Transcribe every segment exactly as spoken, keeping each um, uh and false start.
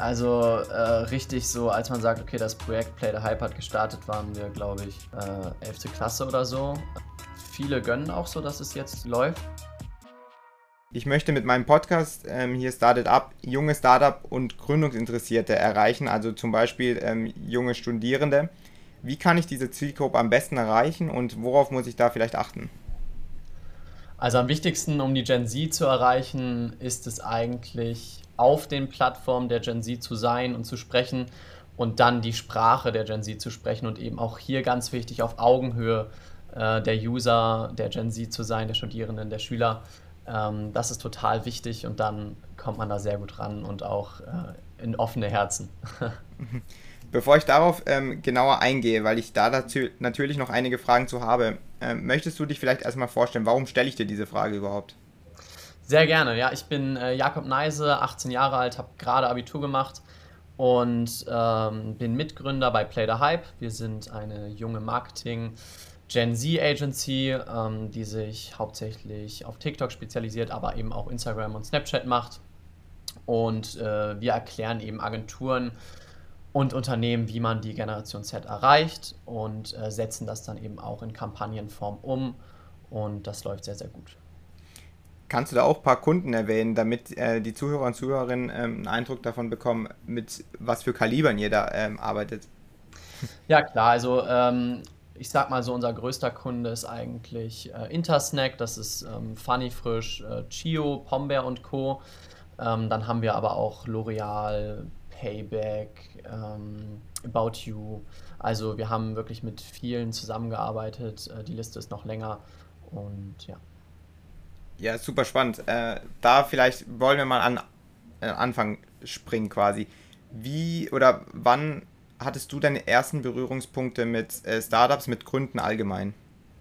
Also äh, richtig so, als man sagt, okay, das Projekt Play the Hype hat gestartet, waren wir, glaube ich, äh, elfte Klasse oder so. Viele gönnen auch so, dass es jetzt läuft. Ich möchte mit meinem Podcast ähm, hier Started Up junge Startup- und Gründungsinteressierte erreichen, also zum Beispiel ähm, junge Studierende. Wie kann ich diese Zielgruppe am besten erreichen und worauf muss ich da vielleicht achten? Also am wichtigsten, um die Gen Z zu erreichen, ist es eigentlich, auf den Plattformen der Gen Z zu sein und zu sprechen und dann die Sprache der Gen Z zu sprechen und eben auch hier ganz wichtig auf Augenhöhe äh, der User, der Gen Z zu sein, der Studierenden, der Schüler. Ähm, das ist total wichtig und dann kommt man da sehr gut ran und auch äh, in offene Herzen. Bevor ich darauf ähm, genauer eingehe, weil ich da dazu natürlich noch einige Fragen zu habe, ähm, möchtest du dich vielleicht erstmal vorstellen, warum stelle ich dir diese Frage überhaupt? Sehr gerne, ja. Ich bin äh, Jakob Neise, achtzehn Jahre alt, habe gerade Abitur gemacht und ähm, bin Mitgründer bei Play the Hype. Wir sind eine junge Marketing Gen Z Agency, ähm, die sich hauptsächlich auf TikTok spezialisiert, aber eben auch Instagram und Snapchat macht. Und äh, wir erklären eben Agenturen und Unternehmen, wie man die Generation Z erreicht und äh, setzen das dann eben auch in Kampagnenform um. Und das läuft sehr, sehr gut. Kannst du da auch ein paar Kunden erwähnen, damit äh, die Zuhörer und Zuhörerinnen ähm, einen Eindruck davon bekommen, mit was für Kalibern ihr da ähm, arbeitet? Ja, klar, also ähm, ich sag mal so, unser größter Kunde ist eigentlich äh, Intersnack, das ist ähm, Funny Frisch, äh, Chio, Pombeer und Co. Ähm, dann haben wir aber auch L'Oreal, Payback, ähm, About You. Also wir haben wirklich mit vielen zusammengearbeitet. Äh, die Liste ist noch länger und ja. Ja, super spannend. Äh, da vielleicht wollen wir mal an äh, Anfang springen quasi. Wie oder wann hattest du deine ersten Berührungspunkte mit äh, Startups, mit Gründen allgemein?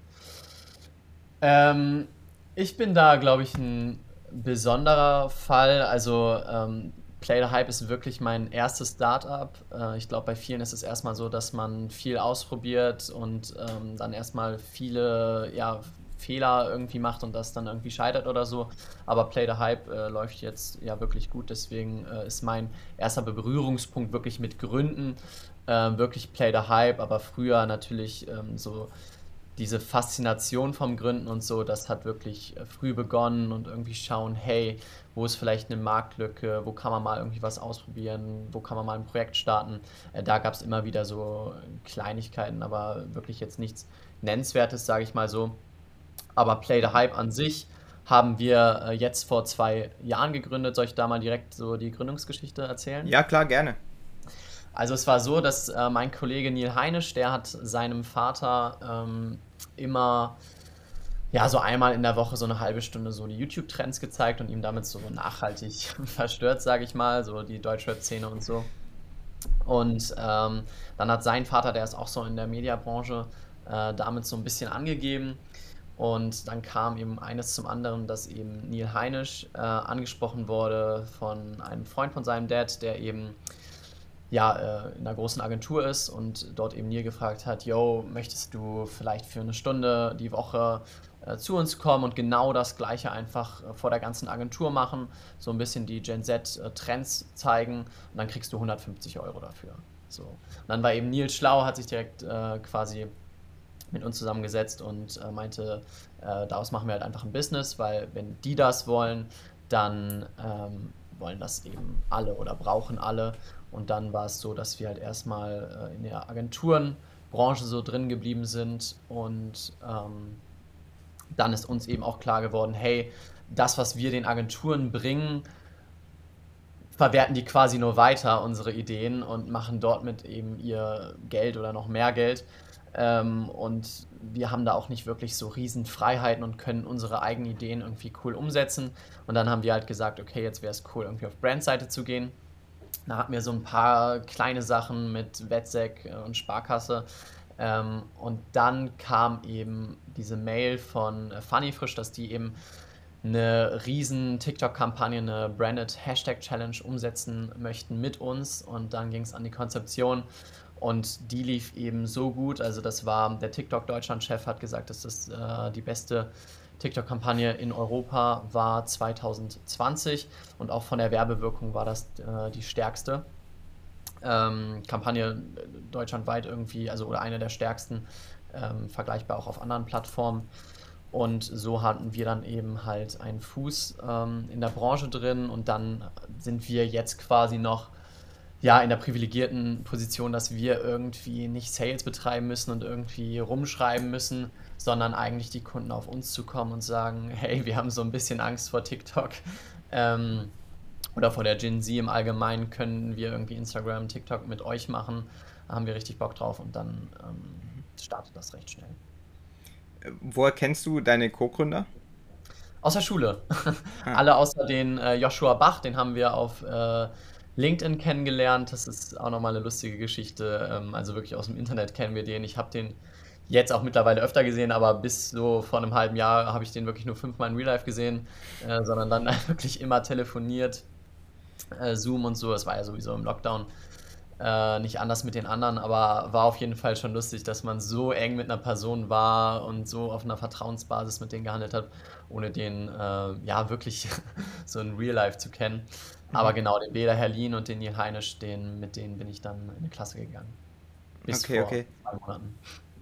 Ähm, Ich bin da, glaube ich, ein besonderer Fall. Also ähm, Play the Hype ist wirklich mein erstes Startup. Äh, ich glaube, bei vielen ist es erstmal so, dass man viel ausprobiert und ähm, dann erstmal viele ja, Fehler irgendwie macht und das dann irgendwie scheitert oder so. Aber Play the Hype äh, läuft jetzt ja wirklich gut. Deswegen äh, ist mein erster Berührungspunkt wirklich mit Gründen. Äh, wirklich Play the Hype, aber früher natürlich ähm, so diese Faszination vom Gründen und so, das hat wirklich äh, früh begonnen und irgendwie schauen, hey, wo ist vielleicht eine Marktlücke, wo kann man mal irgendwie was ausprobieren, wo kann man mal ein Projekt starten. Äh, da gab es immer wieder so Kleinigkeiten, aber wirklich jetzt nichts Nennenswertes, sage ich mal so. Aber Play the Hype an sich haben wir äh, jetzt vor zwei Jahren gegründet. Soll ich da mal direkt so die Gründungsgeschichte erzählen? Ja, klar, gerne. Also es war so, dass äh, mein Kollege Neil Heinisch, der hat seinem Vater ähm, immer, ja, so einmal in der Woche so eine halbe Stunde so die YouTube-Trends gezeigt und ihm damit so nachhaltig verstört, sage ich mal, so die Deutschrap-Szene und so. Und ähm, dann hat sein Vater, der ist auch so in der Mediabranche, äh, damit so ein bisschen angegeben. Und dann kam eben eines zum anderen, dass eben Neil Heinisch äh, angesprochen wurde von einem Freund von seinem Dad, der eben ja, äh, in einer großen Agentur ist und dort eben Neil gefragt hat, yo, möchtest du vielleicht für eine Stunde die Woche äh, zu uns kommen und genau das Gleiche einfach äh, vor der ganzen Agentur machen, so ein bisschen die Gen Z äh, Trends zeigen und dann kriegst du hundertfünfzig Euro dafür. So. Und dann war eben Neil schlau, hat sich direkt äh, quasi mit uns zusammengesetzt und äh, meinte, äh, daraus machen wir halt einfach ein Business, weil wenn die das wollen, dann ähm, wollen das eben alle oder brauchen alle. Und dann war es so, dass wir halt erstmal äh, in der Agenturenbranche so drin geblieben sind und ähm, dann ist uns eben auch klar geworden, hey, das, was wir den Agenturen bringen, verwerten die quasi nur weiter, unsere Ideen, und machen dort mit eben ihr Geld oder noch mehr Geld. Ähm, und wir haben da auch nicht wirklich so riesen Freiheiten und können unsere eigenen Ideen irgendwie cool umsetzen. Und dann haben wir halt gesagt, okay, jetzt wäre es cool, irgendwie auf Brandseite zu gehen. Da hatten wir so ein paar kleine Sachen mit Wetsec äh, und Sparkasse. Ähm, und dann kam eben diese Mail von äh, Funny Frisch, dass die eben eine riesen TikTok-Kampagne, eine Branded Hashtag-Challenge umsetzen möchten mit uns. Und dann ging es an die Konzeption und die lief eben so gut. Also das war, der TikTok-Deutschland-Chef hat gesagt, dass das äh, die beste TikTok-Kampagne in Europa war zwanzig zwanzig und auch von der Werbewirkung war das äh, die stärkste ähm, Kampagne deutschlandweit irgendwie, also oder eine der stärksten, ähm, vergleichbar auch auf anderen Plattformen. Und so hatten wir dann eben halt einen Fuß ähm, in der Branche drin und dann sind wir jetzt quasi noch ja, in der privilegierten Position, dass wir irgendwie nicht Sales betreiben müssen und irgendwie rumschreiben müssen, sondern eigentlich die Kunden auf uns zukommen und sagen, hey, wir haben so ein bisschen Angst vor TikTok ähm, oder vor der Gen Z im Allgemeinen, können wir irgendwie Instagram, TikTok mit euch machen, da haben wir richtig Bock drauf und dann ähm, startet das recht schnell. Woher kennst du deine Co-Gründer? Aus der Schule. Ah, Alle außer den äh, Joshua Bach, den haben wir auf äh, LinkedIn kennengelernt. Das ist auch nochmal eine lustige Geschichte. Ähm, also wirklich aus dem Internet kennen wir den. Ich habe den jetzt auch mittlerweile öfter gesehen, aber bis so vor einem halben Jahr habe ich den wirklich nur fünfmal in Real Life gesehen, äh, sondern dann wirklich immer telefoniert, äh, Zoom und so. Es war ja sowieso im Lockdown äh, nicht anders mit den anderen, aber war auf jeden Fall schon lustig, dass man so eng mit einer Person war und so auf einer Vertrauensbasis mit denen gehandelt hat, ohne den äh, ja wirklich so in Real Life zu kennen. Aber mhm. genau, den Beda Herlin und den Neil Heinisch, den, mit denen bin ich dann in eine Klasse gegangen. Bis Okay, vor okay. zwei Monaten.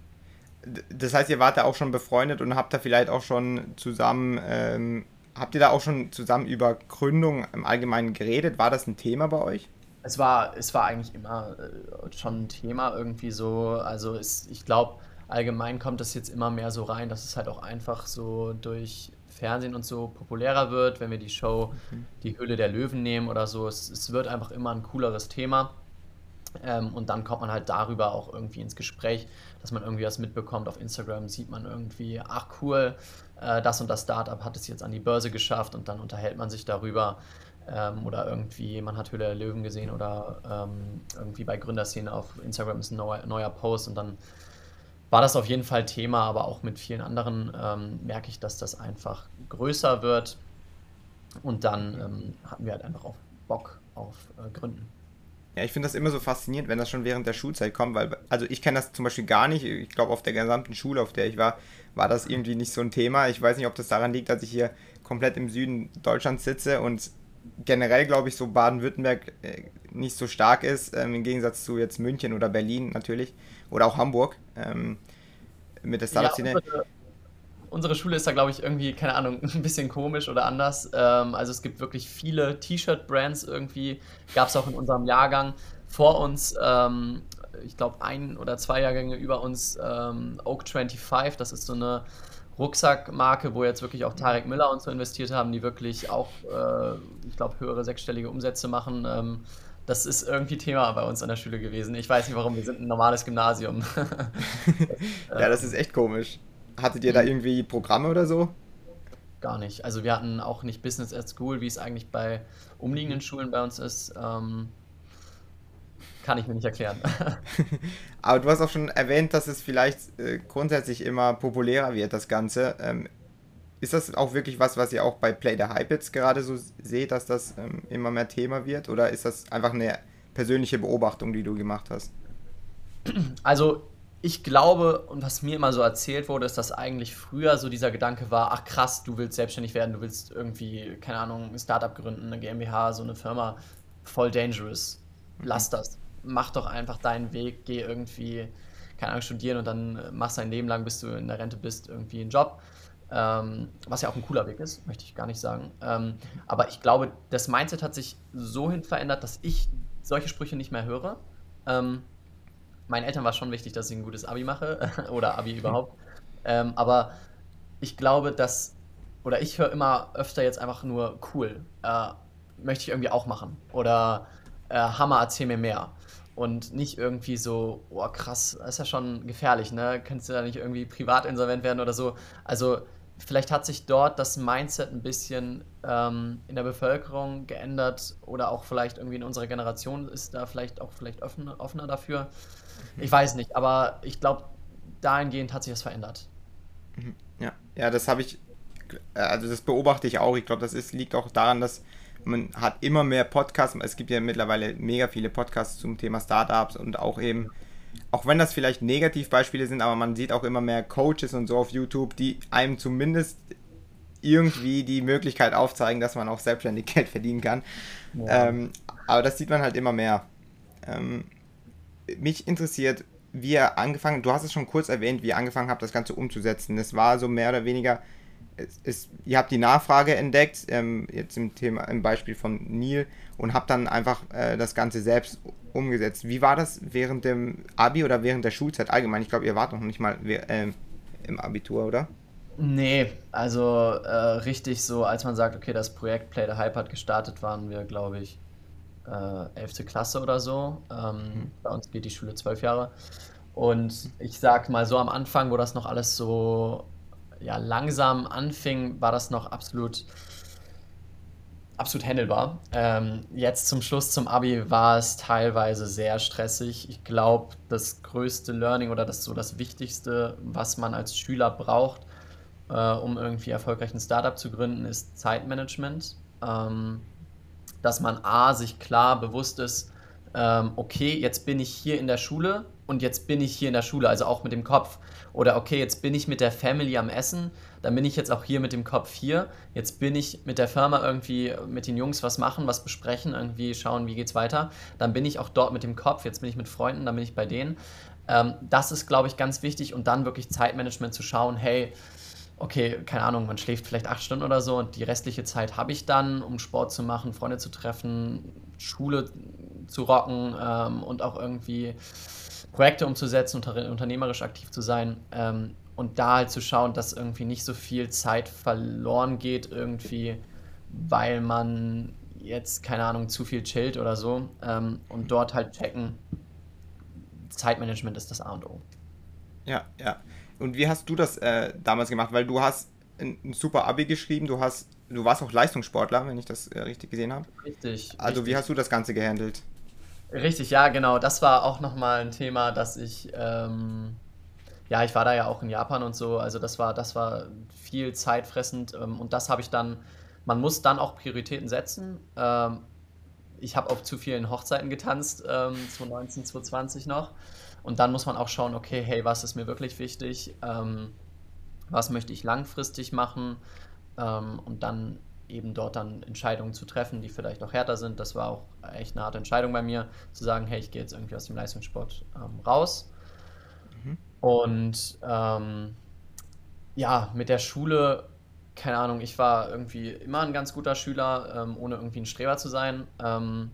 D- Das heißt, ihr wart da auch schon befreundet und habt da vielleicht auch schon zusammen, ähm, habt ihr da auch schon zusammen über Gründung im Allgemeinen geredet? War das ein Thema bei euch? Es war, es war eigentlich immer äh, schon ein Thema irgendwie so. Also es, ich glaube, allgemein kommt das jetzt immer mehr so rein, dass es halt auch einfach so durch Fernsehen und so populärer wird, wenn wir die Show Mhm. Die Höhle der Löwen nehmen oder so. Es, es wird einfach immer ein cooleres Thema. Ähm, und dann kommt man halt darüber auch irgendwie ins Gespräch, dass man irgendwie was mitbekommt. Auf Instagram sieht man irgendwie, ach cool, äh, das und das Startup hat es jetzt an die Börse geschafft und dann unterhält man sich darüber. Ähm, oder irgendwie, man hat Höhle der Löwen gesehen oder ähm, irgendwie bei Gründerszene auf Instagram ist ein neuer, neuer Post und dann war das auf jeden Fall Thema, aber auch mit vielen anderen ähm, merke ich, dass das einfach größer wird und dann Mhm. ähm, hatten wir halt einfach auch Bock auf äh, Gründen. Ja, ich finde das immer so faszinierend, wenn das schon während der Schulzeit kommt, weil, also ich kenne das zum Beispiel gar nicht. Ich glaube, auf der gesamten Schule, auf der ich war, war das irgendwie nicht so ein Thema. Ich weiß nicht, ob das daran liegt, dass ich hier komplett im Süden Deutschlands sitze und generell, glaube ich, so Baden-Württemberg äh, nicht so stark ist, ähm, im Gegensatz zu jetzt München oder Berlin natürlich oder auch Hamburg ähm, mit der Ja, Startup-Szene. unsere, unsere Schule ist da, glaube ich, irgendwie, keine Ahnung, ein bisschen komisch oder anders. Ähm, also es gibt wirklich viele T-Shirt-Brands irgendwie, gab es auch in unserem Jahrgang vor uns, ähm, ich glaube, ein oder zwei Jahrgänge über uns, ähm, Oak fünfundzwanzig, das ist so eine Rucksackmarke, wo jetzt wirklich auch Tarek Müller und so investiert haben, die wirklich auch, äh, ich glaube, höhere sechsstellige Umsätze machen. Ähm, das ist irgendwie Thema bei uns an der Schule gewesen. Ich weiß nicht warum, wir sind ein normales Gymnasium. Ja, das ist ähm, echt komisch. Hattet ihr da hm. irgendwie Programme oder so? Gar nicht. Also wir hatten auch nicht Business at School, wie es eigentlich bei Mhm. umliegenden Schulen bei uns ist. Ähm, kann ich mir nicht erklären. Aber du hast auch schon erwähnt, dass es vielleicht äh, grundsätzlich immer populärer wird, das Ganze. Ähm, ist das auch wirklich was, was ihr auch bei Play the Hype jetzt gerade so seht, dass das ähm, immer mehr Thema wird? Oder ist das einfach eine persönliche Beobachtung, die du gemacht hast? Also ich glaube, und was mir immer so erzählt wurde, ist, dass eigentlich früher so dieser Gedanke war, ach krass, du willst selbstständig werden, du willst irgendwie, keine Ahnung, ein Startup gründen, eine GmbH, so eine Firma, voll dangerous. Mhm. Lass das. Mach doch einfach deinen Weg, geh irgendwie, keine Ahnung, studieren und dann äh, machst dein Leben lang, bis du in der Rente bist, irgendwie einen Job. Ähm, was ja auch ein cooler Weg ist, möchte ich gar nicht sagen. Ähm, aber ich glaube, das Mindset hat sich so hin verändert, dass ich solche Sprüche nicht mehr höre. Ähm, Meinen Eltern war schon wichtig, dass ich ein gutes Abi mache oder Abi überhaupt. Ähm, aber ich glaube, dass, oder ich höre immer öfter jetzt einfach nur cool, äh, möchte ich irgendwie auch machen. Oder äh, Hammer, erzähl mir mehr. Und nicht irgendwie so, oh krass, das ist ja schon gefährlich, ne? Könntest du da nicht irgendwie privat insolvent werden oder so? Also vielleicht hat sich dort das Mindset ein bisschen ähm, in der Bevölkerung geändert oder auch vielleicht irgendwie in unserer Generation ist da vielleicht auch vielleicht offener, offener dafür. Ich weiß nicht, aber ich glaube, dahingehend hat sich das verändert. Mhm. Ja, ja, das habe ich, äh, also das beobachte ich auch. Ich glaube, das ist, liegt auch daran, dass man hat immer mehr Podcasts. Es gibt ja mittlerweile mega viele Podcasts zum Thema Startups und auch eben, auch wenn das vielleicht Negativbeispiele sind, aber man sieht auch immer mehr Coaches und so auf YouTube, die einem zumindest irgendwie die Möglichkeit aufzeigen, dass man auch selbstständig Geld verdienen kann. Ja. Ähm, aber das sieht man halt immer mehr. Ähm, mich interessiert, wie ihr angefangen, du hast es schon kurz erwähnt, wie ihr angefangen habt, das Ganze umzusetzen. Es war so mehr oder weniger, es ist, ihr habt die Nachfrage entdeckt, ähm, jetzt im Thema, im Beispiel von Neil, und habt dann einfach äh, das Ganze selbst umgesetzt. Wie war das während dem Abi oder während der Schulzeit allgemein? Ich glaube, ihr wart noch nicht mal we- ähm, im Abitur, oder? Nee, also äh, richtig so, als man sagt, okay, das Projekt Play the Hype hat gestartet, waren wir, glaube ich, äh, elfte Klasse oder so. Mhm. Ähm, bei uns geht die Schule zwölf Jahre. Und ich sag mal so am Anfang, wo das noch alles so ja, langsam anfing, war das noch absolut, absolut handelbar. Ähm, jetzt zum Schluss zum Abi war es teilweise sehr stressig. Ich glaube, das größte Learning oder das so das Wichtigste, was man als Schüler braucht, äh, um irgendwie erfolgreich ein Startup zu gründen, ist Zeitmanagement. Ähm, dass man A, sich klar bewusst ist, ähm, okay, jetzt bin ich hier in der Schule und jetzt bin ich hier in der Schule, also auch mit dem Kopf. Oder okay, jetzt bin ich mit der Family am Essen, dann bin ich jetzt auch hier mit dem Kopf hier. Jetzt bin ich mit der Firma irgendwie mit den Jungs was machen, was besprechen, irgendwie schauen, wie geht's weiter. Dann bin ich auch dort mit dem Kopf, jetzt bin ich mit Freunden, dann bin ich bei denen. Ähm, das ist, glaube ich, ganz wichtig und dann wirklich Zeitmanagement zu schauen, hey, okay, keine Ahnung, man schläft vielleicht acht Stunden oder so und die restliche Zeit habe ich dann, um Sport zu machen, Freunde zu treffen, Schule zu rocken ähm, und auch irgendwie Projekte umzusetzen, unter, unternehmerisch aktiv zu sein ähm, und da halt zu schauen, dass irgendwie nicht so viel Zeit verloren geht irgendwie, weil man jetzt, keine Ahnung, zu viel chillt oder so ähm, und dort halt checken, Zeitmanagement ist das A und O. Ja, ja. Und wie hast du das äh, damals gemacht? Weil du hast ein, ein super Abi geschrieben, du hast, du warst auch Leistungssportler, wenn ich das äh, richtig gesehen habe. Richtig, Also wie richtig. hast du das Ganze gehandelt? Richtig, ja, genau. Das war auch nochmal ein Thema, dass ich, ähm, ja, ich war da ja auch in Japan und so, also das war, das war viel zeitfressend ähm, und das habe ich dann, man muss dann auch Prioritäten setzen. Ähm, ich habe auf zu vielen Hochzeiten getanzt, ähm, zwanzig neunzehn, zwanzig zwanzig noch. Und dann muss man auch schauen, okay, hey, was ist mir wirklich wichtig? Ähm, was möchte ich langfristig machen? Ähm, und dann eben dort dann Entscheidungen zu treffen, die vielleicht auch härter sind. Das war auch echt eine harte Entscheidung bei mir, zu sagen, hey, ich gehe jetzt irgendwie aus dem Leistungssport ähm, raus. Mhm. Und ähm, ja, mit der Schule, keine Ahnung, ich war irgendwie immer ein ganz guter Schüler, ähm, ohne irgendwie ein Streber zu sein. Ähm,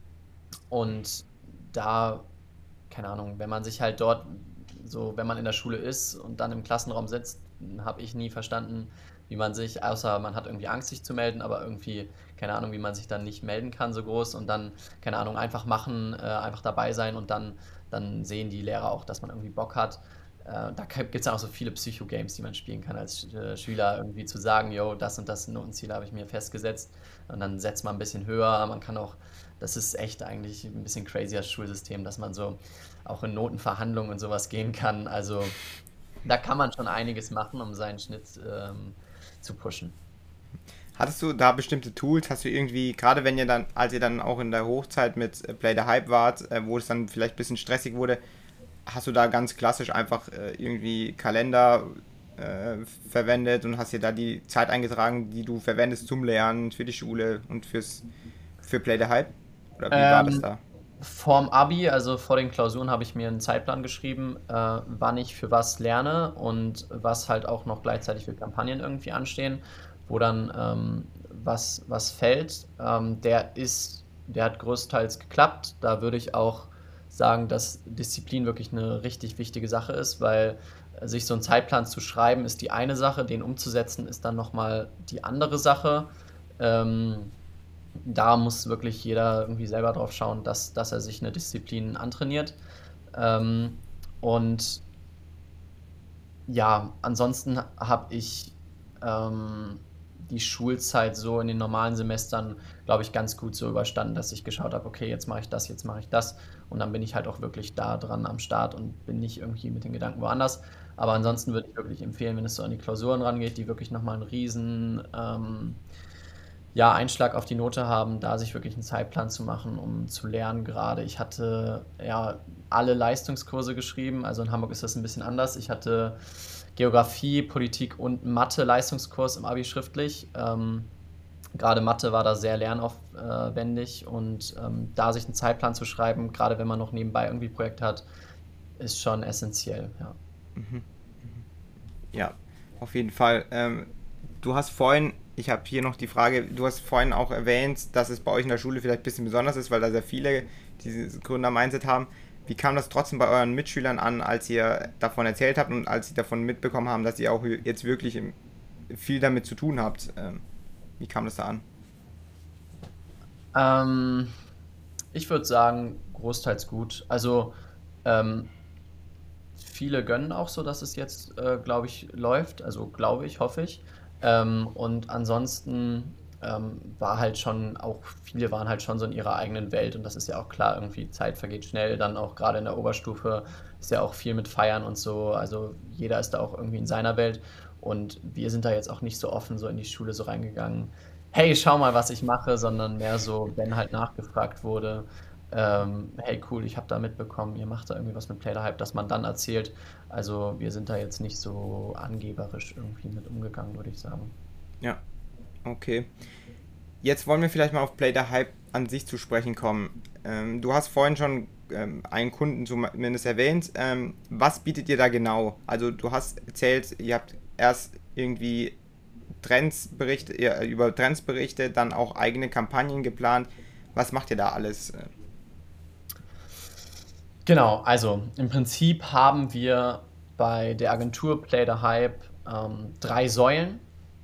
und da, keine Ahnung, wenn man sich halt dort so, wenn man in der Schule ist und dann im Klassenraum sitzt, habe ich nie verstanden, wie man sich, außer man hat irgendwie Angst, sich zu melden, aber irgendwie, keine Ahnung, wie man sich dann nicht melden kann so groß und dann, keine Ahnung, einfach machen, äh, einfach dabei sein und dann, dann sehen die Lehrer auch, dass man irgendwie Bock hat. Äh, da gibt es ja auch so viele Psycho-Games, die man spielen kann als äh, Schüler, irgendwie zu sagen, yo, das und das Notenziel habe ich mir festgesetzt und dann setzt man ein bisschen höher, man kann auch, das ist echt eigentlich ein bisschen crazy das Schulsystem, dass man so auch in Notenverhandlungen und sowas gehen kann. Also da kann man schon einiges machen, um seinen Schnitt ähm, zu pushen. Hattest du da bestimmte Tools? Hast du irgendwie, gerade wenn ihr dann, als ihr dann auch in der Hochzeit mit äh, Play the Hype wart, äh, wo es dann vielleicht ein bisschen stressig wurde, hast du da ganz klassisch einfach äh, irgendwie Kalender äh, verwendet und hast dir da die Zeit eingetragen, die du verwendest zum Lernen, für die Schule und fürs für Play the Hype? Oder wie war das Ähm, da? vorm Abi, also vor den Klausuren, habe ich mir einen Zeitplan geschrieben, äh, wann ich für was lerne und was halt auch noch gleichzeitig für Kampagnen irgendwie anstehen, wo dann ähm, was, was fällt. Ähm, der ist, der hat größtenteils geklappt. Da würde ich auch sagen, dass Disziplin wirklich eine richtig wichtige Sache ist, weil äh, sich so einen Zeitplan zu schreiben, ist die eine Sache, den umzusetzen, ist dann nochmal die andere Sache. Ähm, Da muss wirklich jeder irgendwie selber drauf schauen, dass, dass er sich eine Disziplin antrainiert. Ähm, und ja, ansonsten habe ich ähm, die Schulzeit so in den normalen Semestern, glaube ich, ganz gut so überstanden, dass ich geschaut habe, okay, jetzt mache ich das, jetzt mache ich das. Und dann bin ich halt auch wirklich da dran am Start und bin nicht irgendwie mit den Gedanken woanders. Aber ansonsten würde ich wirklich empfehlen, wenn es so an die Klausuren rangeht, die wirklich nochmal einen riesen ähm, ja, Einschlag auf die Note haben, da sich wirklich einen Zeitplan zu machen, um zu lernen gerade. Ich hatte ja alle Leistungskurse geschrieben, also in Hamburg ist das ein bisschen anders. Ich hatte Geografie, Politik und Mathe-Leistungskurs im Abi schriftlich. Ähm, gerade Mathe war da sehr lernaufwendig und ähm, da sich einen Zeitplan zu schreiben, gerade wenn man noch nebenbei irgendwie Projekt hat, ist schon essentiell, ja. Ja, auf jeden Fall. Ähm, du hast vorhin, ich habe hier noch die Frage, du hast vorhin auch erwähnt, dass es bei euch in der Schule vielleicht ein bisschen besonders ist, weil da sehr viele dieses Gründer-Mindset haben. Wie kam das trotzdem bei euren Mitschülern an, als ihr davon erzählt habt und als sie davon mitbekommen haben, dass ihr auch jetzt wirklich im- viel damit zu tun habt? Ähm, wie kam das da an? Ähm, Ich würde sagen, großteils gut. Also ähm, viele gönnen auch so, dass es jetzt, äh, glaube ich, läuft. Also glaube ich, hoffe ich. Ähm, und ansonsten ähm, war halt schon auch, viele waren halt schon so in ihrer eigenen Welt und das ist ja auch klar, irgendwie Zeit vergeht schnell, dann auch gerade in der Oberstufe ist ja auch viel mit Feiern und so. Also jeder ist da auch irgendwie in seiner Welt und wir sind da jetzt auch nicht so offen so in die Schule so reingegangen. Hey, schau mal, was ich mache, sondern mehr so, wenn halt nachgefragt wurde, ähm, hey cool, ich habe da mitbekommen, ihr macht da irgendwie was mit Play the Hype, dass man dann erzählt. Also wir sind da jetzt nicht so angeberisch irgendwie mit umgegangen, würde ich sagen. Ja, okay. Jetzt wollen wir vielleicht mal auf Play the Hype an sich zu sprechen kommen. Ähm, du hast vorhin schon ähm, einen Kunden zumindest erwähnt. Ähm, was bietet ihr da genau? Also du hast erzählt, ihr habt erst irgendwie Trends berichtet, ihr, über Trends berichtet, dann auch eigene Kampagnen geplant. Was macht ihr da alles? Genau, also im Prinzip haben wir bei der Agentur Play the Hype ähm, drei Säulen.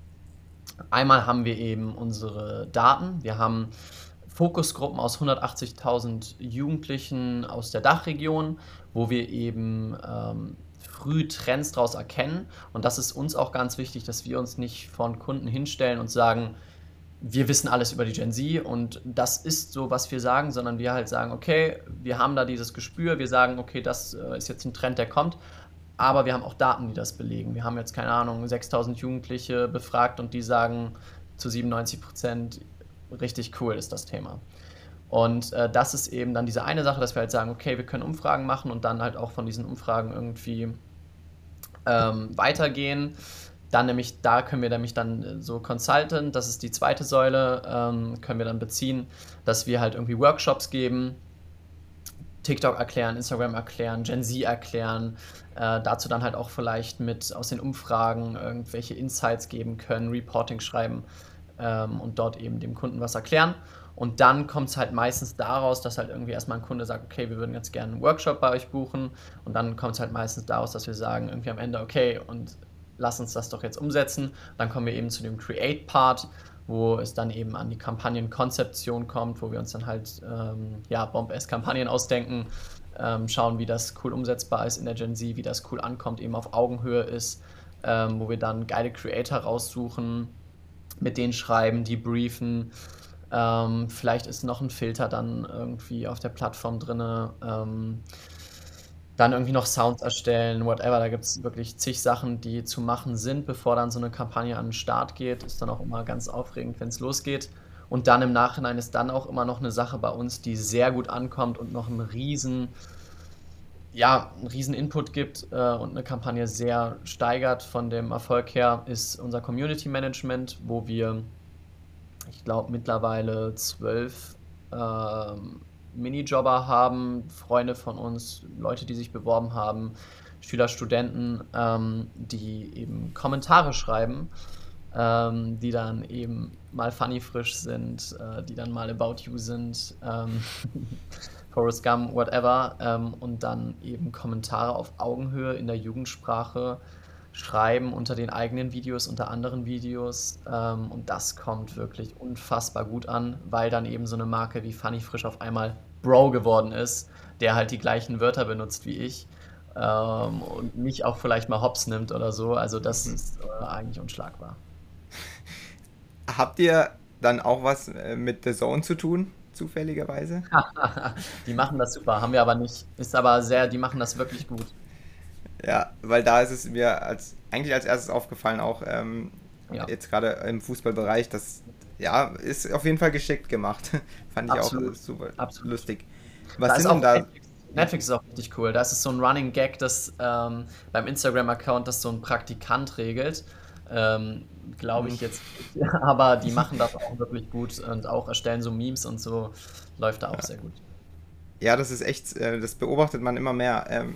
Einmal haben wir eben unsere Daten. Wir haben Fokusgruppen aus hundertachtzigtausend Jugendlichen aus der Dachregion, wo wir eben ähm, früh Trends daraus erkennen. Und das ist uns auch ganz wichtig, dass wir uns nicht von Kunden hinstellen und sagen, wir wissen alles über die Gen Z und das ist so, was wir sagen, sondern wir halt sagen, okay, wir haben da dieses Gespür, wir sagen, okay, das äh, ist jetzt ein Trend, der kommt, aber wir haben auch Daten, die das belegen. Wir haben jetzt, keine Ahnung, sechstausend Jugendliche befragt und die sagen zu siebenundneunzig Prozent, richtig cool ist das Thema. Und äh, das ist eben dann diese eine Sache, dass wir halt sagen, okay, wir können Umfragen machen und dann halt auch von diesen Umfragen irgendwie ähm, weitergehen. Dann nämlich, da können wir nämlich dann äh, so Consultant, das ist die zweite Säule, ähm, können wir dann beziehen, dass wir halt irgendwie Workshops geben, TikTok erklären, Instagram erklären, Gen Z erklären, äh, dazu dann halt auch vielleicht mit aus den Umfragen irgendwelche Insights geben können, Reporting schreiben ähm, und dort eben dem Kunden was erklären. Und dann kommt es halt meistens daraus, dass halt irgendwie erstmal ein Kunde sagt, okay, wir würden jetzt gerne einen Workshop bei euch buchen. Und dann kommt es halt meistens daraus, dass wir sagen, irgendwie am Ende, okay, und lass uns das doch jetzt umsetzen. Dann kommen wir eben zu dem Create-Part, wo es dann eben an die Kampagnenkonzeption kommt, wo wir uns dann halt ähm, ja, Bomb-S-Kampagnen ausdenken, ähm, schauen, wie das cool umsetzbar ist in der Gen Z, wie das cool ankommt, eben auf Augenhöhe ist, ähm, wo wir dann geile Creator raussuchen, mit denen schreiben, die briefen. Ähm, vielleicht ist noch ein Filter dann irgendwie auf der Plattform drin. Ähm, dann irgendwie noch Sounds erstellen, whatever. Da gibt es wirklich zig Sachen, die zu machen sind, bevor dann so eine Kampagne an den Start geht. Ist dann auch immer ganz aufregend, wenn es losgeht. Und dann im Nachhinein ist dann auch immer noch eine Sache bei uns, die sehr gut ankommt und noch einen riesen, ja, einen riesen Input gibt äh, und eine Kampagne sehr steigert von dem Erfolg her, ist unser Community Management, wo wir, ich glaube, mittlerweile zwölf ähm, Minijobber haben, Freunde von uns, Leute, die sich beworben haben, Schüler, Studenten, ähm, die eben Kommentare schreiben, ähm, die dann eben mal funny frisch sind, äh, die dann mal about you sind, ähm, Forrest Gump, whatever, ähm, und dann eben Kommentare auf Augenhöhe in der Jugendsprache schreiben unter den eigenen Videos, unter anderen Videos. Ähm, und das kommt wirklich unfassbar gut an, weil dann eben so eine Marke wie Funny Frisch auf einmal Bro geworden ist, der halt die gleichen Wörter benutzt wie ich ähm, und mich auch vielleicht mal hops nimmt oder so. Also das Mhm. ist äh, eigentlich unschlagbar. Habt ihr dann auch was äh, mit The Zone zu tun, zufälligerweise? Die machen das super, haben wir aber nicht. Ist aber sehr, die machen das wirklich gut. Ja, weil da ist es mir als eigentlich als erstes aufgefallen, auch ähm, Ja, jetzt gerade im Fußballbereich, das ja, ist auf jeden Fall geschickt gemacht. Fand ich auch äh, absolut. super Absolut. lustig. Da Was ist sind denn auch da? Ja. Netflix ist auch richtig cool. Da ist es so ein Running Gag, dass ähm, beim Instagram-Account das so ein Praktikant regelt. Ähm, Glaube Mhm. ich jetzt nicht, aber die machen das auch wirklich gut und auch erstellen so Memes und so. Läuft da auch sehr gut. Ja, das ist echt, äh, das beobachtet man immer mehr. Ähm,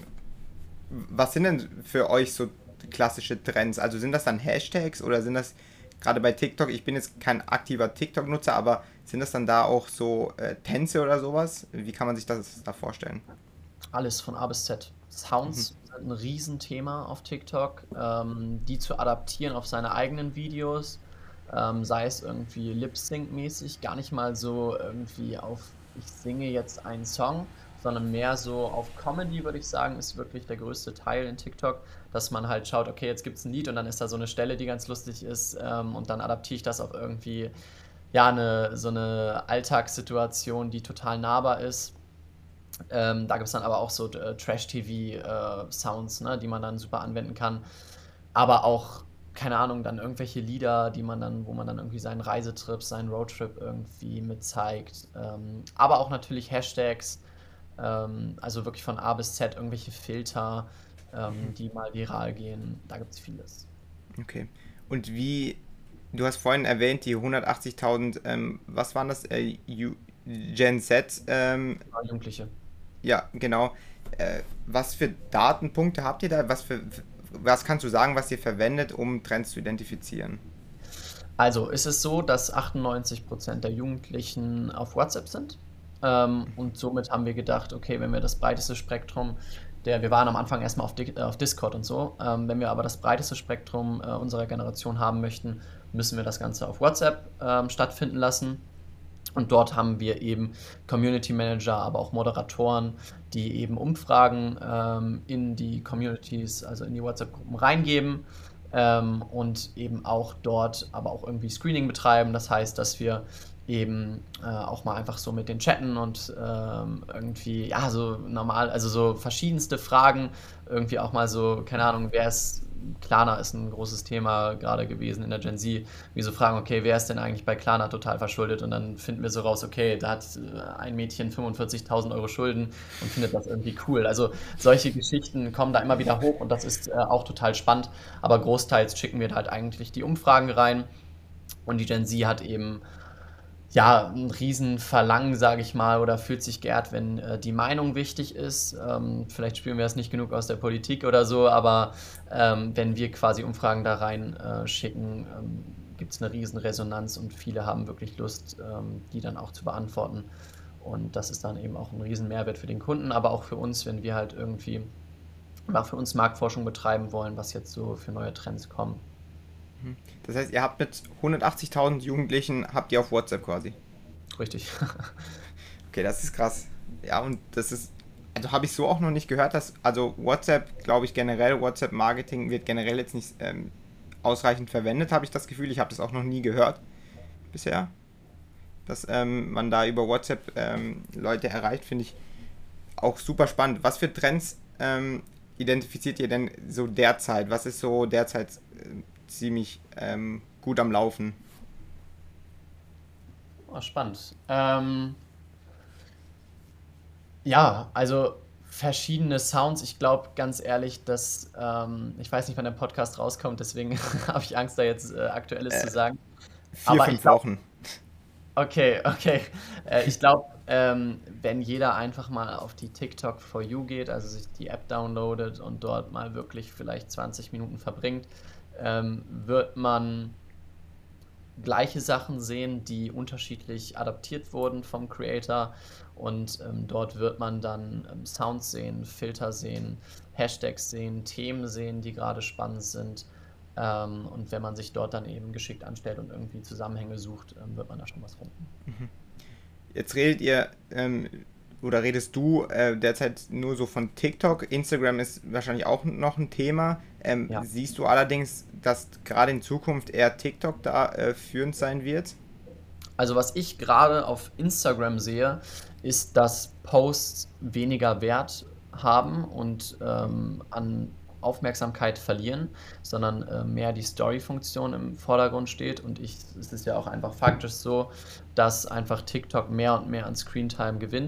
was sind denn für euch so klassische Trends? Also sind das dann Hashtags oder sind das gerade bei TikTok, ich bin jetzt kein aktiver TikTok-Nutzer, aber sind das dann da auch so äh, Tänze oder sowas? Wie kann man sich das da vorstellen? Alles von A bis Z. Mhm. Sounds sind ein Riesenthema auf TikTok, ähm, die zu adaptieren auf seine eigenen Videos, ähm, sei es irgendwie Lip-Sync-mäßig, gar nicht mal so irgendwie auf, ich singe jetzt einen Song, sondern mehr so auf Comedy, würde ich sagen, ist wirklich der größte Teil in TikTok, dass man halt schaut, okay, jetzt gibt's ein Lied und dann ist da so eine Stelle, die ganz lustig ist, ähm, und dann adaptiere ich das auf irgendwie, ja, eine, so eine Alltagssituation, die total nahbar ist. Ähm, da gibt es dann aber auch so äh, Trash-T V-Sounds, ne, die man dann super anwenden kann. Aber auch, keine Ahnung, dann irgendwelche Lieder, die man dann, wo man dann irgendwie seinen Reisetrip, seinen Roadtrip irgendwie mit zeigt. Ähm, aber auch natürlich Hashtags, ähm, also wirklich von A bis Z irgendwelche Filter, ähm, die mal viral gehen. Da gibt es vieles. Okay. Und wie, du hast vorhin erwähnt, die hundertachtzigtausend, ähm, was waren das? Äh, U- Gen Z, ähm, Ja, Jugendliche. ja, genau. Äh, was für Datenpunkte habt ihr da? Was für, was kannst du sagen, was ihr verwendet, um Trends zu identifizieren? Also, ist es so, dass achtundneunzig Prozent der Jugendlichen auf WhatsApp sind. Ähm, und somit haben wir gedacht, okay, wenn wir das breiteste Spektrum der, wir waren am Anfang erstmal auf, Di äh, auf Discord und so, ähm, wenn wir aber das breiteste Spektrum äh, unserer Generation haben möchten, müssen wir das Ganze auf WhatsApp ähm, stattfinden lassen. Und dort haben wir eben Community Manager, aber auch Moderatoren, die eben Umfragen ähm, in die Communities, also in die WhatsApp-Gruppen reingeben, ähm, und eben auch dort aber auch irgendwie Screening betreiben. Das heißt, dass wir eben äh, auch mal einfach so mit den chatten und ähm, irgendwie, ja, so normal, also so verschiedenste Fragen, irgendwie auch mal so, keine Ahnung, wer ist, Klarna ist ein großes Thema gerade gewesen in der Gen Z, wir so fragen, okay, wer ist denn eigentlich bei Klarna total verschuldet? Und dann finden wir so raus, okay, da hat äh, ein Mädchen fünfundvierzigtausend Euro Schulden und findet das irgendwie cool. Also solche Geschichten kommen da immer wieder hoch und das ist äh, auch total spannend. Aber großteils schicken wir da halt eigentlich die Umfragen rein und die Gen Z hat eben ja, ein Riesenverlangen, sage ich mal, oder fühlt sich geehrt, wenn äh, die Meinung wichtig ist. Ähm, vielleicht spüren wir es nicht genug aus der Politik oder so, aber ähm, wenn wir quasi Umfragen da rein äh, schicken, ähm, gibt es eine riesen Resonanz und viele haben wirklich Lust, ähm, die dann auch zu beantworten. Und das ist dann eben auch ein riesen Mehrwert für den Kunden, aber auch für uns, wenn wir halt irgendwie auch für uns Marktforschung betreiben wollen, was jetzt so für neue Trends kommen. Das heißt, ihr habt mit hundertachtzigtausend Jugendlichen, habt ihr auf WhatsApp quasi. Richtig. Okay, das ist krass. Ja, und das ist, also habe ich so auch noch nicht gehört, dass, also WhatsApp, glaube ich generell, WhatsApp-Marketing wird generell jetzt nicht ähm, ausreichend verwendet, habe ich das Gefühl. Ich habe das auch noch nie gehört bisher, dass ähm, man da über WhatsApp ähm, Leute erreicht, finde ich auch super spannend. Was für Trends ähm, identifiziert ihr denn so derzeit? Was ist so derzeit äh, ziemlich ähm, gut am Laufen? Oh, spannend. Ähm, Ja, also verschiedene Sounds. Ich glaube ganz ehrlich, dass ähm, ich weiß nicht, wann der Podcast rauskommt, deswegen habe ich Angst, da jetzt äh, Aktuelles zu sagen. Vier, Aber ich fünf glaube, Wochen. okay, okay. Äh, ich glaube, ähm, wenn jeder einfach mal auf die TikTok for You geht, also sich die App downloadet und dort mal wirklich vielleicht zwanzig Minuten verbringt, ähm, wird man gleiche Sachen sehen, die unterschiedlich adaptiert wurden vom Creator. Und ähm, dort wird man dann ähm, Sounds sehen, Filter sehen, Hashtags sehen, Themen sehen, die gerade spannend sind. Ähm, und wenn man sich dort dann eben geschickt anstellt und irgendwie Zusammenhänge sucht, ähm, wird man da schon was finden. Jetzt redet ihr ähm, oder redest du äh, derzeit nur so von TikTok. Instagram ist wahrscheinlich auch noch ein Thema. Ähm, Ja. siehst du allerdings, dass gerade in Zukunft eher TikTok da äh, führend sein wird? Also was ich gerade auf Instagram sehe, ist, dass Posts weniger Wert haben und ähm, an Aufmerksamkeit verlieren, sondern äh, mehr die Story-Funktion im Vordergrund steht. Und ich, es ist ja auch einfach faktisch so, dass einfach TikTok mehr und mehr an Screentime gewinnt.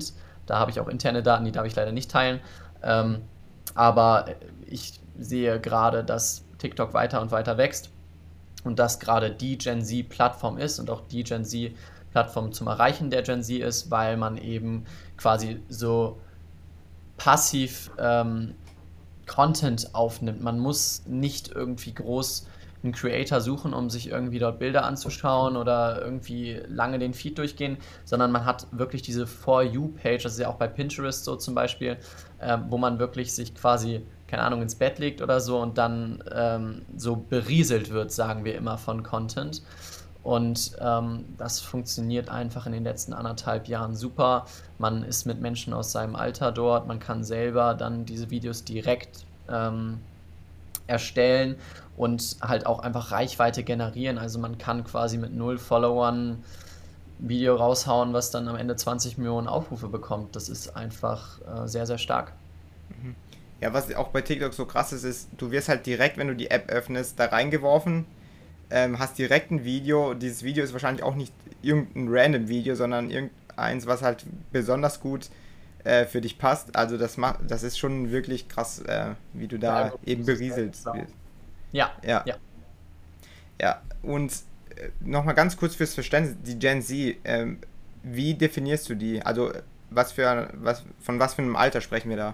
Da habe ich auch interne Daten, die darf ich leider nicht teilen. Ähm, aber ich sehe gerade, dass TikTok weiter und weiter wächst und dass gerade die Gen Z-Plattform ist und auch die Gen Z-Plattform zum Erreichen der Gen Z ist, weil man eben quasi so passiv ähm, Content aufnimmt. Man muss nicht irgendwie groß einen Creator suchen, um sich irgendwie dort Bilder anzuschauen oder irgendwie lange den Feed durchgehen, sondern man hat wirklich diese For You-Page, das ist ja auch bei Pinterest so zum Beispiel, äh, wo man wirklich sich quasi, keine Ahnung, ins Bett legt oder so und dann ähm, so berieselt wird, sagen wir immer, von Content. Und ähm, das funktioniert einfach in den letzten anderthalb Jahren super. Man ist mit Menschen aus seinem Alter dort, man kann selber dann diese Videos direkt ähm, erstellen und halt auch einfach Reichweite generieren. Also man kann quasi mit null Followern ein Video raushauen, was dann am Ende zwanzig Millionen Aufrufe bekommt. Das ist einfach äh, sehr, sehr stark. Ja, was auch bei TikTok so krass ist, ist, du wirst halt direkt, wenn du die App öffnest, da reingeworfen, ähm, hast direkt ein Video. Dieses Video ist wahrscheinlich auch nicht irgendein random Video, sondern irgendeins, was halt besonders gut äh, für dich passt. Also das macht, das ist schon wirklich krass, äh, wie du da eben berieselt wirst. Ja, Ja, ja. ja. Und äh, nochmal ganz kurz fürs Verständnis, die Gen Z, ähm, wie definierst du die? Also was für was von was für einem Alter sprechen wir da?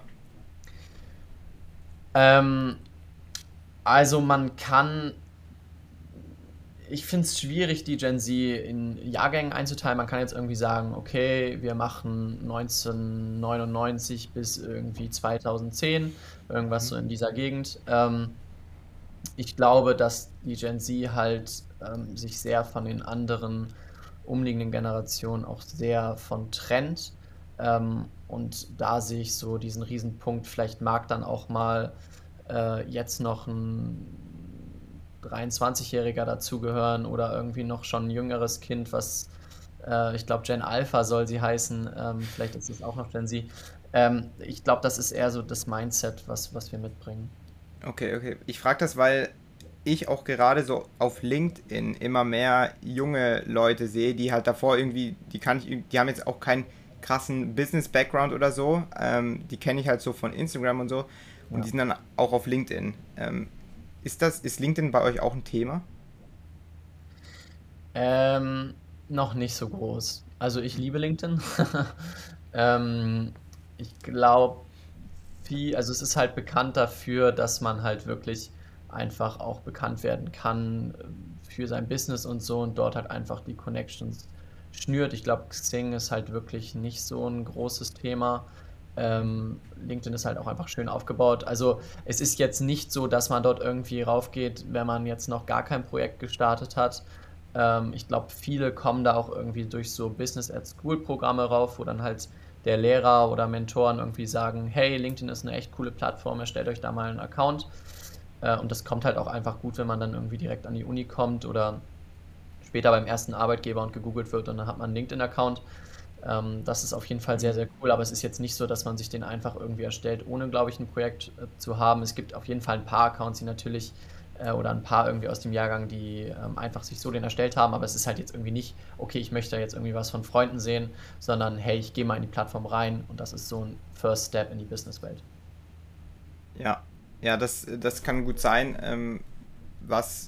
Ähm, also man kann, ich finde es schwierig, die Gen Z in Jahrgängen einzuteilen. Man kann jetzt irgendwie sagen, okay, wir machen neunzehnhundertneunundneunzig bis irgendwie zweitausendzehn, irgendwas so in dieser Gegend. Ähm, ich glaube, dass die Gen Z halt ähm, sich sehr von den anderen umliegenden Generationen auch sehr von trennt. Ähm, und da sehe ich so diesen Riesenpunkt, vielleicht mag dann auch mal äh, jetzt noch ein dreiundzwanzigjähriger dazugehören oder irgendwie noch schon ein jüngeres Kind, was äh, ich glaube Gen Alpha soll sie heißen, ähm, vielleicht ist es auch noch Gen Z. Ähm, ich glaube, das ist eher so das Mindset, was, was wir mitbringen. Okay, okay. Ich frage das, weil ich auch gerade so auf LinkedIn immer mehr junge Leute sehe, die halt davor irgendwie, die kann ich, die haben jetzt auch keinen krassen Business-Background oder so. Ähm, die kenne ich halt so von Instagram und so. Und Ja. die sind dann auch auf LinkedIn. Ähm, ist das, ist LinkedIn bei euch auch ein Thema? Ähm, noch nicht so groß. Also ich liebe LinkedIn. ähm, ich glaube, viel, also es ist halt bekannt dafür, dass man halt wirklich einfach auch bekannt werden kann äh, für sein Business und so und dort halt einfach die Connections schnürt. Ich glaube, Xing ist halt wirklich nicht so ein großes Thema. Ähm, LinkedIn ist halt auch einfach schön aufgebaut. Also es ist jetzt nicht so, dass man dort irgendwie raufgeht, wenn man jetzt noch gar kein Projekt gestartet hat. Ähm, ich glaube, viele kommen da auch irgendwie durch so Business at School Programme rauf, wo dann halt der Lehrer oder Mentoren irgendwie sagen, hey, LinkedIn ist eine echt coole Plattform, erstellt euch da mal einen Account. Äh, und das kommt halt auch einfach gut, wenn man dann irgendwie direkt an die Uni kommt oder später beim ersten Arbeitgeber und gegoogelt wird und dann hat man einen LinkedIn-Account. Ähm, das ist auf jeden Fall sehr, sehr cool, aber es ist jetzt nicht so, dass man sich den einfach irgendwie erstellt, ohne, glaube ich, ein Projekt äh, zu haben. Es gibt auf jeden Fall ein paar Accounts, die natürlich äh, oder ein paar irgendwie aus dem Jahrgang, die ähm, einfach sich so den erstellt haben, aber es ist halt jetzt irgendwie nicht, okay, ich möchte jetzt irgendwie was von Freunden sehen, sondern hey, ich gehe mal in die Plattform rein und das ist so ein First Step in die Businesswelt. Ja, ja, das, das kann gut sein. Ähm, was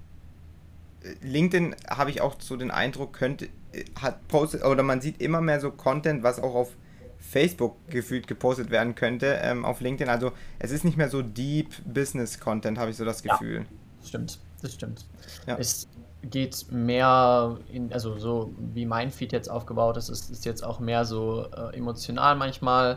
LinkedIn habe ich auch so den Eindruck, könnte, hat postet, oder man sieht immer mehr so Content, was auch auf Facebook gefühlt gepostet werden könnte, ähm, auf LinkedIn. Also es ist nicht mehr so Deep Business Content, habe ich so das Ja, Gefühl. das stimmt, das stimmt. Ja, Es geht mehr in, also so wie mein Feed jetzt aufgebaut ist, ist, ist jetzt auch mehr so äh, emotional manchmal.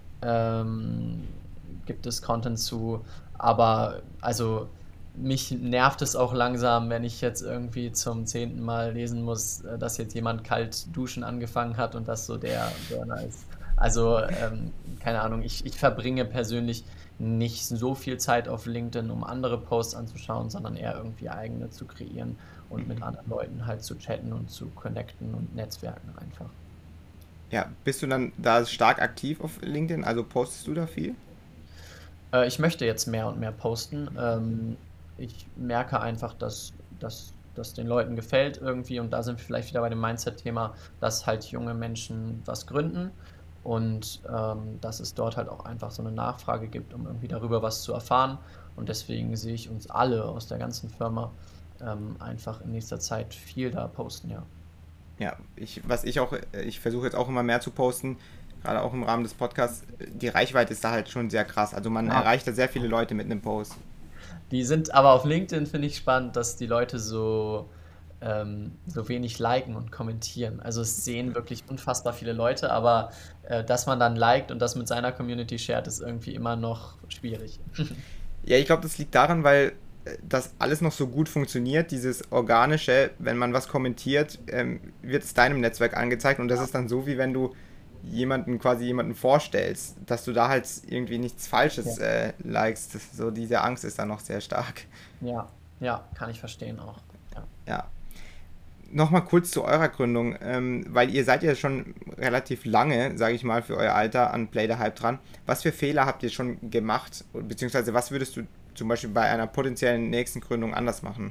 Ähm, gibt es Content zu, aber also mich nervt es auch langsam, wenn ich jetzt irgendwie zum zehnten Mal lesen muss, äh, dass jetzt jemand kalt duschen angefangen hat und das so der Burner ist. Also, ähm, keine Ahnung, ich, ich verbringe persönlich nicht so viel Zeit auf LinkedIn, um andere Posts anzuschauen, sondern eher irgendwie eigene zu kreieren und mit anderen Leuten halt zu chatten und zu connecten und netzwerken einfach. ja. Bist du dann da stark aktiv auf LinkedIn? Also postest du da viel? Äh, ich möchte jetzt mehr und mehr posten. Ähm, ich merke einfach, dass, dass das den Leuten gefällt irgendwie und da sind wir vielleicht wieder bei dem Mindset-Thema, dass halt junge Menschen was gründen und ähm, dass es dort halt auch einfach so eine Nachfrage gibt, um irgendwie darüber was zu erfahren. Und deswegen sehe ich uns alle aus der ganzen Firma ähm, einfach in nächster Zeit viel da posten, ja. Ja, ich, was ich auch, ich versuche jetzt auch immer mehr zu posten, gerade auch im Rahmen des Podcasts. Die Reichweite ist da halt schon sehr krass. Also man Ja. erreicht da sehr viele Leute mit einem Post. Die sind aber auf LinkedIn, finde ich spannend, dass die Leute so, ähm, so wenig liken und kommentieren. Also es sehen wirklich unfassbar viele Leute, aber äh, dass man dann liked und das mit seiner Community shared, ist irgendwie immer noch schwierig. Ja, ich glaube, das liegt daran, weil äh, das alles noch so gut funktioniert, dieses organische, wenn man was kommentiert, ähm, wird es deinem Netzwerk angezeigt und das ist dann so, wie wenn du jemanden quasi jemanden vorstellst, dass du da halt irgendwie nichts Ja, Falsches äh, likest. Das, so diese Angst ist dann noch sehr stark. ja, ja, kann ich verstehen auch. Ja. Ja. Nochmal kurz zu eurer Gründung, ähm, weil ihr seid ja schon relativ lange, sage ich mal, für euer Alter an Play the Hype dran. Was für Fehler habt ihr schon gemacht? Beziehungsweise was würdest du zum Beispiel bei einer potenziellen nächsten Gründung anders machen?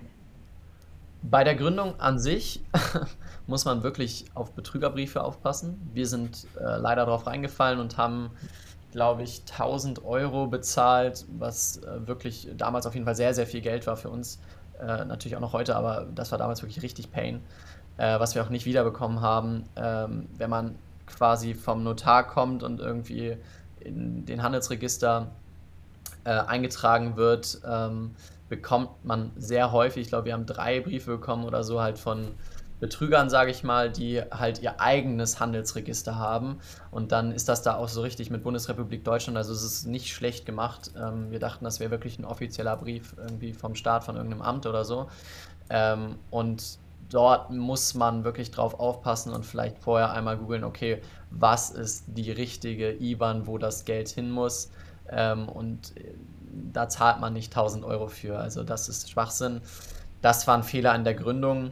Bei der Gründung an sich muss man wirklich auf Betrügerbriefe aufpassen. Wir sind äh, leider drauf reingefallen und haben, glaube ich, tausend Euro bezahlt, was äh, wirklich damals auf jeden Fall sehr, sehr viel Geld war für uns. Äh, natürlich auch noch heute, aber das war damals wirklich richtig Pain, äh, was wir auch nicht wiederbekommen haben. Ähm, wenn man quasi vom Notar kommt und irgendwie in den Handelsregister äh, eingetragen wird, ähm, bekommt man sehr häufig, ich glaube, wir haben drei Briefe bekommen oder so halt von Betrügern, sage ich mal, die halt ihr eigenes Handelsregister haben. Und dann ist das da auch so richtig mit Bundesrepublik Deutschland. Also es ist nicht schlecht gemacht. Ähm, wir dachten, das wäre wirklich ein offizieller Brief irgendwie vom Staat, von irgendeinem Amt oder so. Ähm, und dort muss man wirklich drauf aufpassen und vielleicht vorher einmal googeln, okay, was ist die richtige I B A N, wo das Geld hin muss. Ähm, und äh, da zahlt man nicht tausend Euro für. Also das ist Schwachsinn. Das war ein Fehler in der Gründung.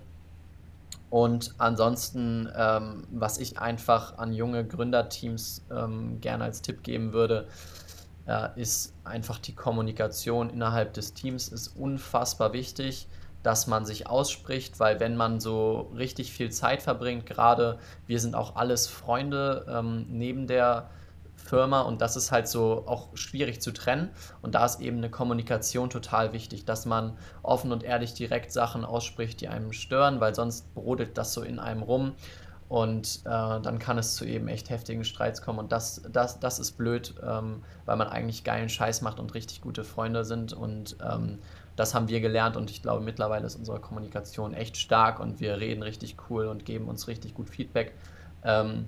Und ansonsten, ähm, was ich einfach an junge Gründerteams ähm, gerne als Tipp geben würde, äh, ist einfach die Kommunikation innerhalb des Teams ist unfassbar wichtig, dass man sich ausspricht, weil wenn man so richtig viel Zeit verbringt, gerade wir sind auch alles Freunde ähm, neben der Firma und das ist halt so auch schwierig zu trennen und da ist eben eine Kommunikation total wichtig, dass man offen und ehrlich direkt Sachen ausspricht, die einem stören, weil sonst brodelt das so in einem rum und äh, dann kann es zu eben echt heftigen Streits kommen und das, das, das ist blöd, ähm, weil man eigentlich geilen Scheiß macht und richtig gute Freunde sind und ähm, das haben wir gelernt und ich glaube mittlerweile ist unsere Kommunikation echt stark und wir reden richtig cool und geben uns richtig gut Feedback. Ähm,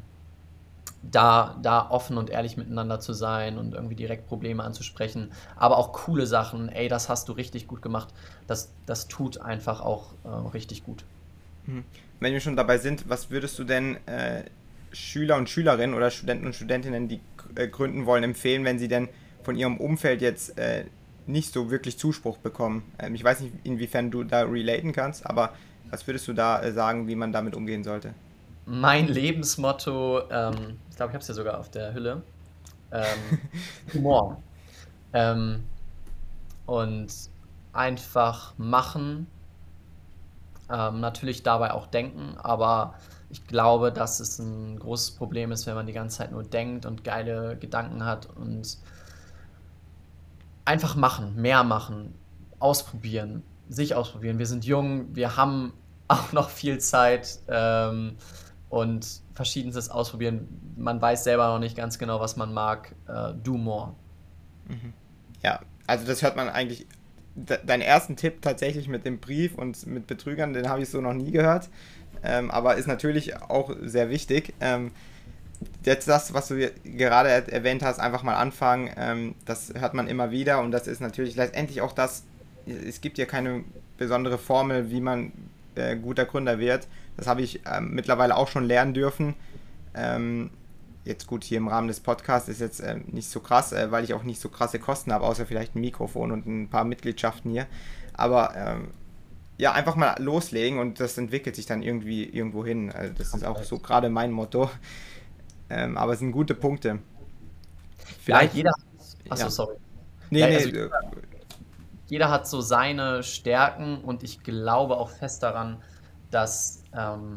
da, da offen und ehrlich miteinander zu sein und irgendwie direkt Probleme anzusprechen, aber auch coole Sachen, ey, das hast du richtig gut gemacht, das, das tut einfach auch äh, richtig gut. Mhm. Wenn wir schon dabei sind, was würdest du denn äh, Schüler und Schülerinnen oder Studenten und Studentinnen, die äh, gründen wollen, empfehlen, wenn sie denn von ihrem Umfeld jetzt äh, nicht so wirklich Zuspruch bekommen? Ähm, ich weiß nicht, inwiefern du da relaten kannst, aber was würdest du da äh, sagen, wie man damit umgehen sollte? Mein Lebensmotto, ähm, ich glaube, ich habe es ja sogar auf der Hülle, ähm, Humor. Ähm, und einfach machen, ähm, natürlich dabei auch denken, aber ich glaube, dass es ein großes Problem ist, wenn man die ganze Zeit nur denkt und geile Gedanken hat und einfach machen, mehr machen, ausprobieren, sich ausprobieren. Wir sind jung, wir haben auch noch viel Zeit ähm, und verschiedenstes ausprobieren. Man weiß selber noch nicht ganz genau, was man mag. Äh, do more. Ja, also das hört man eigentlich. de- Deinen ersten Tipp tatsächlich mit dem Brief und mit Betrügern, den habe ich so noch nie gehört. Ähm, aber ist natürlich auch sehr wichtig. Ähm, jetzt das, was du gerade er- erwähnt hast, einfach mal anfangen, ähm, das hört man immer wieder und das ist natürlich letztendlich auch das, es gibt ja keine besondere Formel, wie man äh, guter Gründer wird. Das habe ich ähm, mittlerweile auch schon lernen dürfen. Ähm, Jetzt gut, hier im Rahmen des Podcasts ist jetzt äh, nicht so krass, äh, weil ich auch nicht so krasse Kosten habe, außer vielleicht ein Mikrofon und ein paar Mitgliedschaften hier. Aber ähm, ja, einfach mal loslegen und das entwickelt sich dann irgendwie irgendwo hin. Also das ist auch so Komplett. gerade mein Motto. Ähm, aber es sind gute Punkte. Ja, Vielleicht, jeder. Achso, ja. sorry. Nee, Ja, nee, also äh, jeder hat so seine Stärken und ich glaube auch fest daran, dass ähm,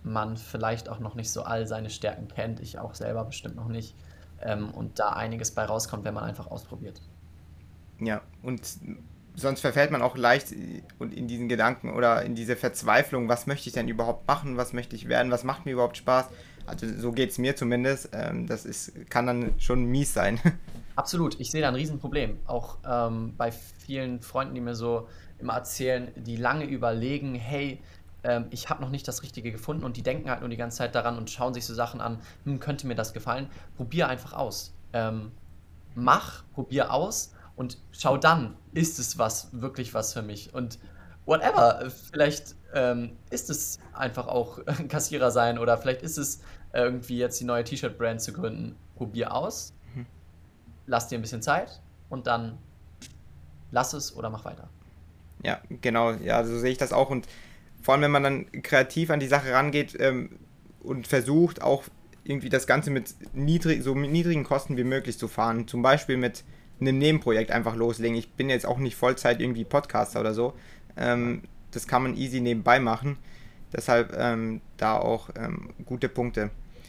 man vielleicht auch noch nicht so all seine Stärken kennt, ich auch selber bestimmt noch nicht, ähm, und da einiges bei rauskommt, wenn man einfach ausprobiert. Ja, und sonst verfällt man auch leicht und in diesen Gedanken oder in diese Verzweiflung, was möchte ich denn überhaupt machen, was möchte ich werden, was macht mir überhaupt Spaß. Also so geht es mir zumindest. Ähm, das ist, kann dann schon mies sein. Absolut, ich sehe da ein Riesenproblem. Auch ähm, bei vielen Freunden, die mir so immer erzählen, die lange überlegen, hey, ähm, ich habe noch nicht das Richtige gefunden und die denken halt nur die ganze Zeit daran und schauen sich so Sachen an, hm, könnte mir das gefallen? Probier einfach aus. Ähm, mach, probier aus und schau dann, ist es was, wirklich was für mich? Und whatever, vielleicht ähm, ist es einfach auch ein Kassierer sein oder vielleicht ist es irgendwie jetzt die neue T-Shirt-Brand zu gründen. Probier aus, lass dir ein bisschen Zeit und dann lass es oder mach weiter. Ja, genau, ja, so sehe ich das auch. Und vor allem, wenn man dann kreativ an die Sache rangeht ähm, und versucht, auch irgendwie das Ganze mit niedrig, so mit niedrigen Kosten wie möglich zu fahren. Zum Beispiel mit einem Nebenprojekt einfach loslegen. Ich bin jetzt auch nicht Vollzeit irgendwie Podcaster oder so. Ähm, das kann man easy nebenbei machen. Deshalb ähm, da auch ähm, gute Punkte.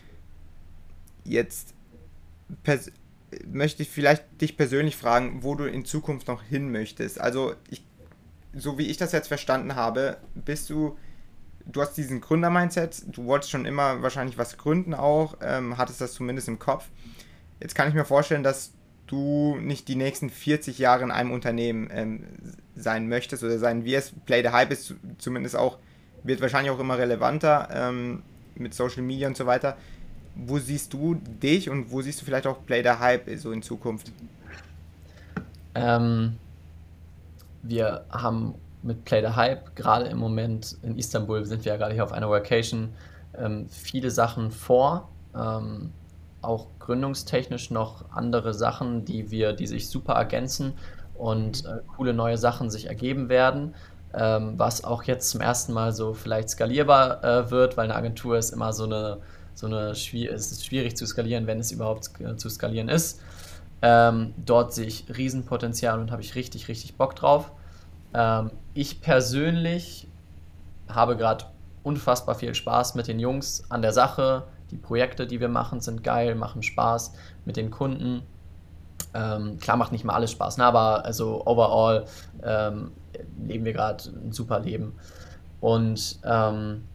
Jetzt pers- möchte ich vielleicht dich persönlich fragen, wo du in Zukunft noch hin möchtest. Also ich, so wie ich das jetzt verstanden habe, bist du, du hast diesen Gründer-Mindset, du wolltest schon immer wahrscheinlich was gründen auch, ähm, hattest das zumindest im Kopf. Jetzt kann ich mir vorstellen, dass du nicht die nächsten vierzig Jahre in einem Unternehmen ähm, sein möchtest oder sein wirst. Play the Hype ist zumindest auch, wird wahrscheinlich auch immer relevanter ähm, mit Social Media und so weiter. Wo siehst du dich und wo siehst du vielleicht auch Play the Hype so in Zukunft? Ähm, wir haben mit Play the Hype, gerade im Moment in Istanbul sind wir ja gerade hier auf einer Vacation, ähm, viele Sachen vor. Ähm, auch gründungstechnisch noch andere Sachen, die wir, die sich super ergänzen und äh, coole neue Sachen sich ergeben werden. Ähm, was auch jetzt zum ersten Mal so vielleicht skalierbar äh, wird, weil eine Agentur ist immer so eine, so eine schwier es ist schwierig zu skalieren, wenn es überhaupt sk- zu skalieren ist. Ähm, dort sehe ich Riesenpotenzial und habe ich richtig, richtig Bock drauf. Ähm, ich persönlich habe gerade unfassbar viel Spaß mit den Jungs an der Sache. Die Projekte, die wir machen, sind geil, machen Spaß mit den Kunden. Ähm, klar macht nicht mal alles Spaß, ne? Aber also overall ähm, leben wir gerade ein super Leben. Und ähm,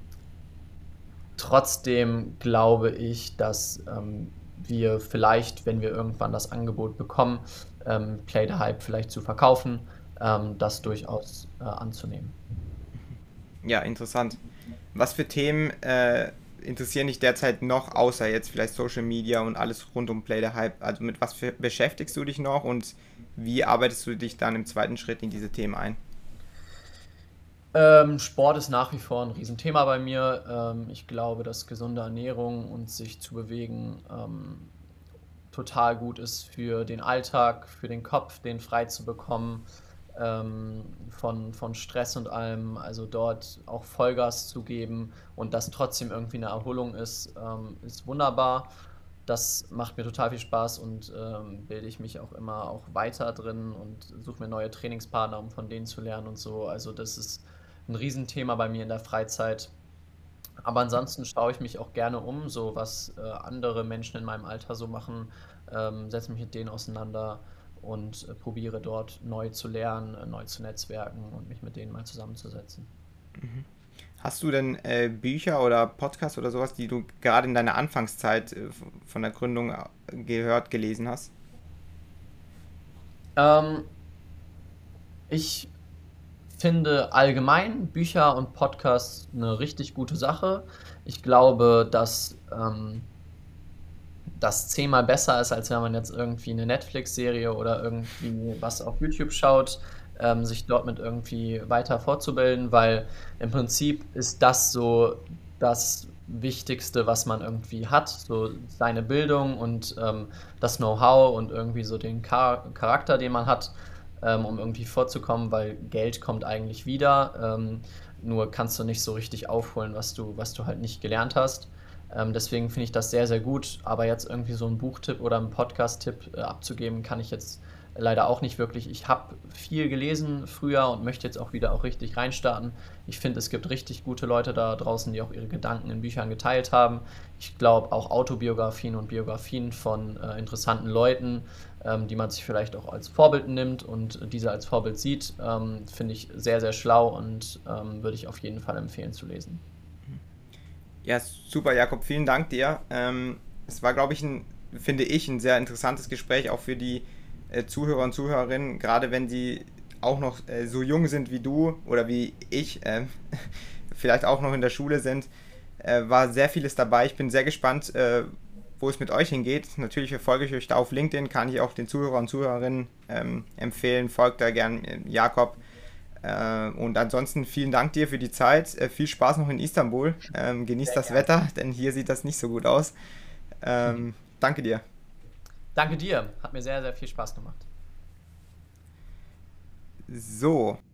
trotzdem glaube ich, dass ähm, wir vielleicht, wenn wir irgendwann das Angebot bekommen, ähm, Play the Hype vielleicht zu verkaufen, ähm, das durchaus äh, anzunehmen. Ja, interessant. Was für Themen äh, interessieren dich derzeit noch, außer jetzt vielleicht Social Media und alles rund um Play the Hype? Also mit was für, beschäftigst du dich noch und wie arbeitest du dich dann im zweiten Schritt in diese Themen ein? Ähm, Sport ist nach wie vor ein Riesenthema bei mir. Ähm, ich glaube, dass gesunde Ernährung und sich zu bewegen ähm, total gut ist für den Alltag, für den Kopf, den frei zu bekommen ähm, von, von Stress und allem. Also dort auch Vollgas zu geben und das trotzdem irgendwie eine Erholung ist, ähm, ist wunderbar. Das macht mir total viel Spaß und ähm, bilde ich mich auch immer auch weiter drin und suche mir neue Trainingspartner, um von denen zu lernen und so. Also das ist ein Riesenthema bei mir in der Freizeit. Aber ansonsten schaue ich mich auch gerne um, so was äh, andere Menschen in meinem Alter so machen, ähm, setze mich mit denen auseinander und äh, probiere dort neu zu lernen, äh, neu zu netzwerken und mich mit denen mal zusammenzusetzen. Hast du denn äh, Bücher oder Podcasts oder sowas, die du gerade in deiner Anfangszeit äh, von der Gründung äh, gehört, gelesen hast? Ähm, ich finde allgemein Bücher und Podcasts eine richtig gute Sache. Ich glaube, dass ähm, das zehnmal besser ist, als wenn man jetzt irgendwie eine Netflix-Serie oder irgendwie was auf YouTube schaut, ähm, sich dort mit irgendwie weiter fortzubilden, weil im Prinzip ist das so das Wichtigste, was man irgendwie hat, so seine Bildung und ähm, das Know-how und irgendwie so den Char Charakter, den man hat, ähm, um irgendwie vorzukommen, weil Geld kommt eigentlich wieder, ähm, nur kannst du nicht so richtig aufholen, was du, was du halt nicht gelernt hast. Ähm, deswegen finde ich das sehr, sehr gut. Aber jetzt irgendwie so einen Buchtipp oder einen Podcast-Tipp äh, abzugeben, kann ich jetzt leider auch nicht wirklich. Ich habe viel gelesen früher und möchte jetzt auch wieder auch richtig reinstarten. Ich finde, es gibt richtig gute Leute da draußen, die auch ihre Gedanken in Büchern geteilt haben. Ich glaube auch Autobiografien und Biografien von äh, interessanten Leuten, ähm, die man sich vielleicht auch als Vorbild nimmt und diese als Vorbild sieht, ähm, finde ich sehr, sehr schlau und ähm, würde ich auf jeden Fall empfehlen zu lesen. Ja, super, Jakob, vielen Dank dir. Ähm, es war, glaube ich, ein, finde ich, ein sehr interessantes Gespräch, auch für die äh, Zuhörer und Zuhörerinnen, gerade wenn sie auch noch äh, so jung sind wie du oder wie ich, äh, vielleicht auch noch in der Schule sind. Äh, war sehr vieles dabei. Ich bin sehr gespannt, äh, wo es mit euch hingeht. Natürlich verfolge ich euch da auf LinkedIn, kann ich auch den Zuhörern und Zuhörerinnen ähm, empfehlen. Folgt da gern äh, Jakob. Äh, und ansonsten vielen Dank dir für die Zeit. Äh, viel Spaß noch in Istanbul. Ähm, genießt Sehr das gerne. Wetter, denn hier sieht das nicht so gut aus. Ähm, danke dir. Danke dir, hat mir sehr, sehr viel Spaß gemacht. So,